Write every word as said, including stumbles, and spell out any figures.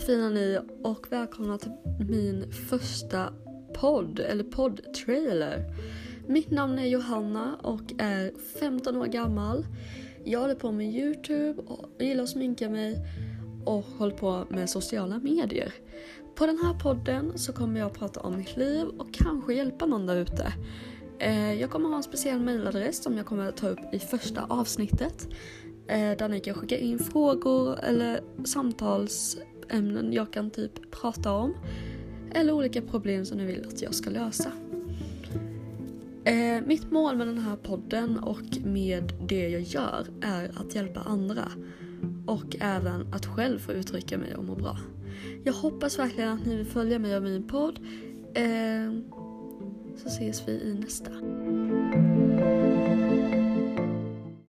fina ni och välkomna till min första podd eller poddtrailer. Mitt namn är Johanna och är femton år gammal. Jag håller på med YouTube och gillar att sminka mig och håller på med sociala medier. På den här podden så kommer jag att prata om mitt liv och kanske hjälpa någon där ute. Jag kommer ha en speciell mailadress som jag kommer att ta upp i första avsnittet. Där ni kan skicka in frågor eller samtalsämnen jag kan typ prata om. Eller olika problem som ni vill att jag ska lösa. Eh, mitt mål med den här podden och med det jag gör är att hjälpa andra. Och även att själv få uttrycka mig och må bra. Jag hoppas verkligen att ni vill följa mig och min podd. Eh, så ses vi i nästa.